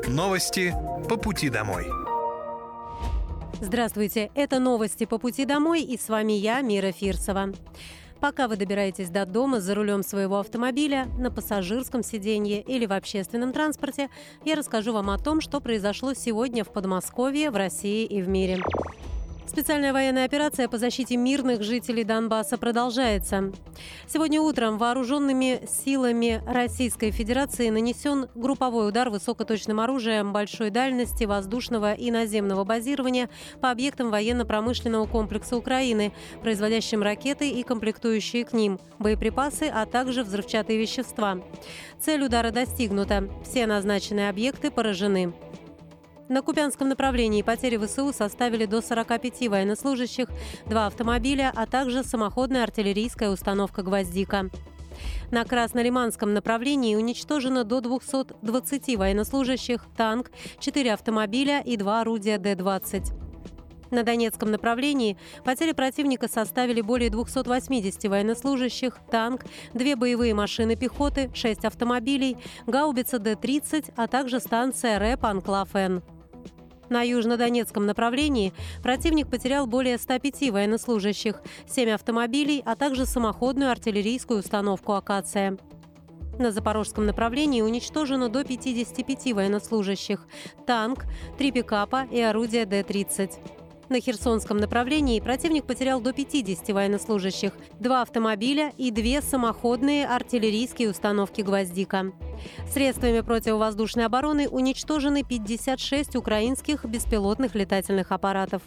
Новости по пути домой. Здравствуйте, это новости по пути домой, и с вами я, Мира Фирсова. Пока вы добираетесь до дома за рулем своего автомобиля, на пассажирском сиденье или в общественном транспорте, я расскажу вам о том, что произошло сегодня в Подмосковье, в России и в мире. Специальная военная операция по защите мирных жителей Донбасса продолжается. Сегодня утром вооруженными силами Российской Федерации нанесен групповой удар высокоточным оружием большой дальности воздушного и наземного базирования по объектам военно-промышленного комплекса Украины, производящим ракеты и комплектующие к ним, боеприпасы, а также взрывчатые вещества. Цель удара достигнута. Все назначенные объекты поражены. На Купянском направлении потери ВСУ составили до 45 военнослужащих, 2 автомобиля, а также самоходная артиллерийская установка «Гвоздика». На Краснолиманском направлении уничтожено до 220 военнослужащих, танк, 4 автомобиля и 2 орудия Д-20. На Донецком направлении потери противника составили более 280 военнослужащих, танк, 2 боевые машины пехоты, 6 автомобилей, гаубица Д-30, а также станция РЭП «Анклав-Н». На южнодонецком направлении противник потерял более 105 военнослужащих, 7 автомобилей, а также самоходную артиллерийскую установку «Акация». На запорожском направлении уничтожено до 55 военнослужащих, танк, 3 пикапа и орудия Д-30. На Херсонском направлении противник потерял до 50 военнослужащих, 2 автомобиля и 2 самоходные артиллерийские установки «Гвоздика». Средствами противовоздушной обороны уничтожены 56 украинских беспилотных летательных аппаратов.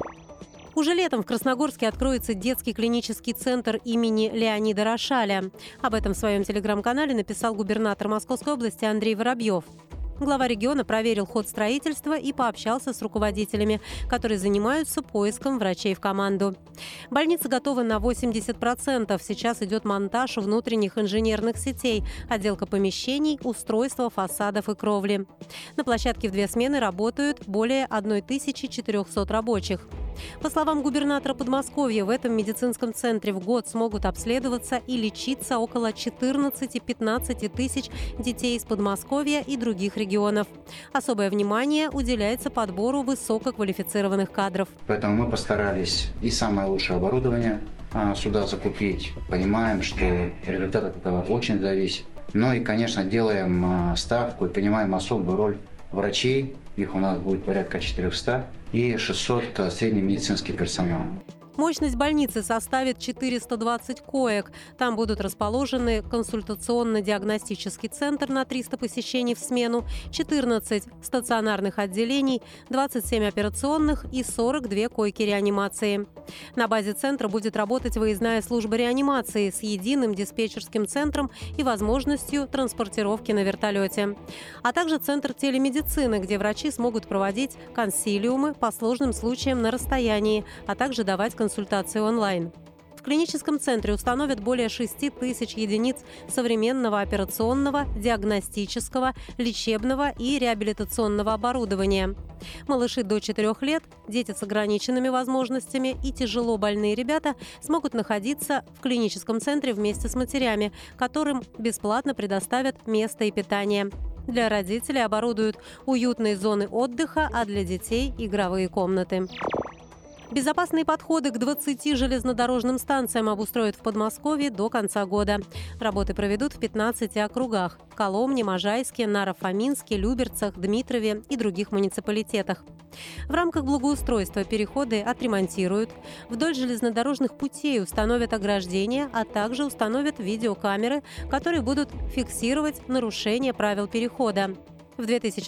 Уже летом в Красногорске откроется детский клинический центр имени Леонида Рошаля. Об этом в своем телеграм-канале написал губернатор Московской области Андрей Воробьев. Глава региона проверил ход строительства и пообщался с руководителями, которые занимаются поиском врачей в команду. Больница готова на 80%. Сейчас идет монтаж внутренних инженерных сетей, отделка помещений, устройство фасадов и кровли. На площадке в 2 смены работают более 1400 рабочих. По словам губернатора Подмосковья, в этом медицинском центре в год смогут обследоваться и лечиться около 14-15 тысяч детей из Подмосковья и других регионов. Особое внимание уделяется подбору высококвалифицированных кадров. Поэтому мы постарались и самое лучшее оборудование сюда закупить. Понимаем, что результат от этого очень зависит. Ну и, конечно, делаем ставку и понимаем особую роль врачей. Их у нас будет порядка 400 и 600 средний медицинский персонал. Мощность больницы составит 420 коек. Там будут расположены консультационно-диагностический центр на 300 посещений в смену, 14 стационарных отделений, 27 операционных и 42 койки реанимации. На базе центра будет работать выездная служба реанимации с единым диспетчерским центром и возможностью транспортировки на вертолете. А также центр телемедицины, где врачи смогут проводить консилиумы по сложным случаям на расстоянии, а также давать консультации онлайн. В клиническом центре установят более 6 тысяч единиц современного операционного, диагностического, лечебного и реабилитационного оборудования. Малыши до 4 лет, дети с ограниченными возможностями и тяжело больные ребята смогут находиться в клиническом центре вместе с матерями, которым бесплатно предоставят место и питание. Для родителей оборудуют уютные зоны отдыха, а для детей – игровые комнаты. Безопасные подходы к 20 железнодорожным станциям обустроят в Подмосковье до конца года. Работы проведут в 15 округах – Коломне, Можайске, Наро-Фоминске, Люберцах, Дмитрове и других муниципалитетах. В рамках благоустройства переходы отремонтируют. Вдоль железнодорожных путей установят ограждения, а также установят видеокамеры, которые будут фиксировать нарушение правил перехода. В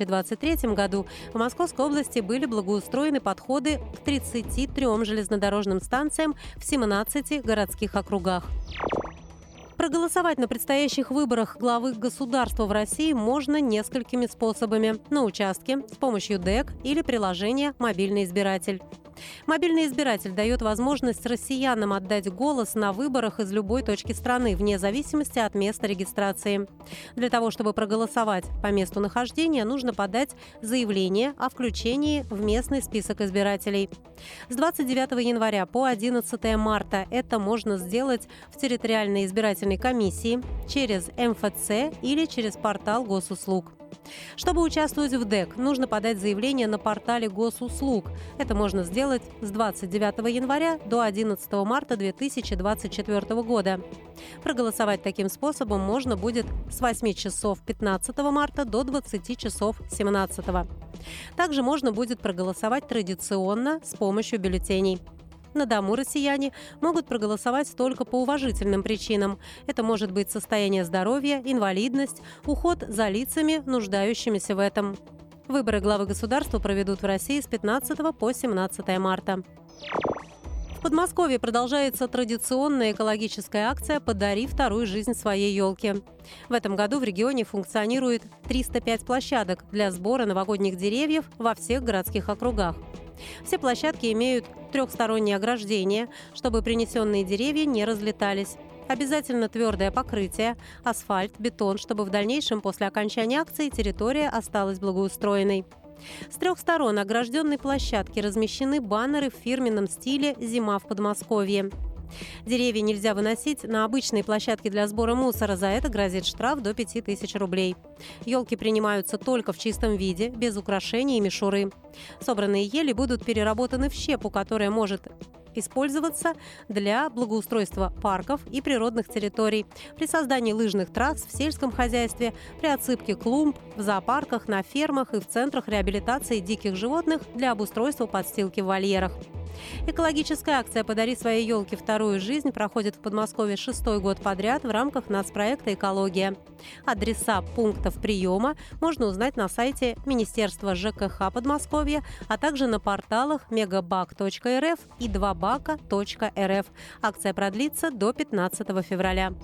2023 году в Московской области были благоустроены подходы к 33 железнодорожным станциям в 17 городских округах. Проголосовать на предстоящих выборах главы государства в России можно несколькими способами: на участке, с помощью ДЭК или приложения «Мобильный избиратель». Мобильный избиратель дает возможность россиянам отдать голос на выборах из любой точки страны, вне зависимости от места регистрации. Для того, чтобы проголосовать по месту нахождения, нужно подать заявление о включении в местный список избирателей. С 29 января по 11 марта это можно сделать в территориальной избирательной комиссии, через МФЦ или через портал госуслуг. Чтобы участвовать в ДЭК, нужно подать заявление на портале госуслуг. Это можно сделать с 29 января до 11 марта 2024 года. Проголосовать таким способом можно будет с 8 часов 15 марта до 20 часов 17. Также можно будет проголосовать традиционно с помощью бюллетеней. На дому россияне могут проголосовать только по уважительным причинам. Это может быть состояние здоровья, инвалидность, уход за лицами, нуждающимися в этом. Выборы главы государства проведут в России с 15 по 17 марта. В Подмосковье продолжается традиционная экологическая акция «Подари вторую жизнь своей елке». В этом году в регионе функционирует 305 площадок для сбора новогодних деревьев во всех городских округах. Все площадки имеют трехстороннее ограждение, чтобы принесенные деревья не разлетались. Обязательно твердое покрытие, асфальт, бетон, чтобы в дальнейшем после окончания акции территория осталась благоустроенной. С 3 сторон огражденной площадки размещены баннеры в фирменном стиле «Зима в Подмосковье». Деревья нельзя выносить на обычные площадки для сбора мусора. За это грозит штраф до 5000 рублей. Елки принимаются только в чистом виде, без украшений и мишуры. Собранные ели будут переработаны в щепу, которая может использоваться для благоустройства парков и природных территорий, при создании лыжных трасс в сельском хозяйстве, при отсыпке клумб, в зоопарках, на фермах и в центрах реабилитации диких животных для обустройства подстилки в вольерах. Экологическая акция «Подари своей елке вторую жизнь» проходит в Подмосковье 6-й год подряд в рамках нацпроекта «Экология». Адреса пунктов приема можно узнать на сайте Министерства ЖКХ Подмосковья, а также на порталах megabak.rf и 2baka.rf. Акция продлится до 15 февраля.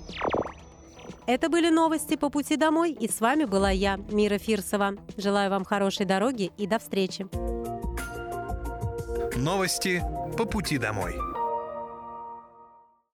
Это были новости по пути домой, и с вами была я, Мира Фирсова. Желаю вам хорошей дороги и до встречи. Новости по пути домой.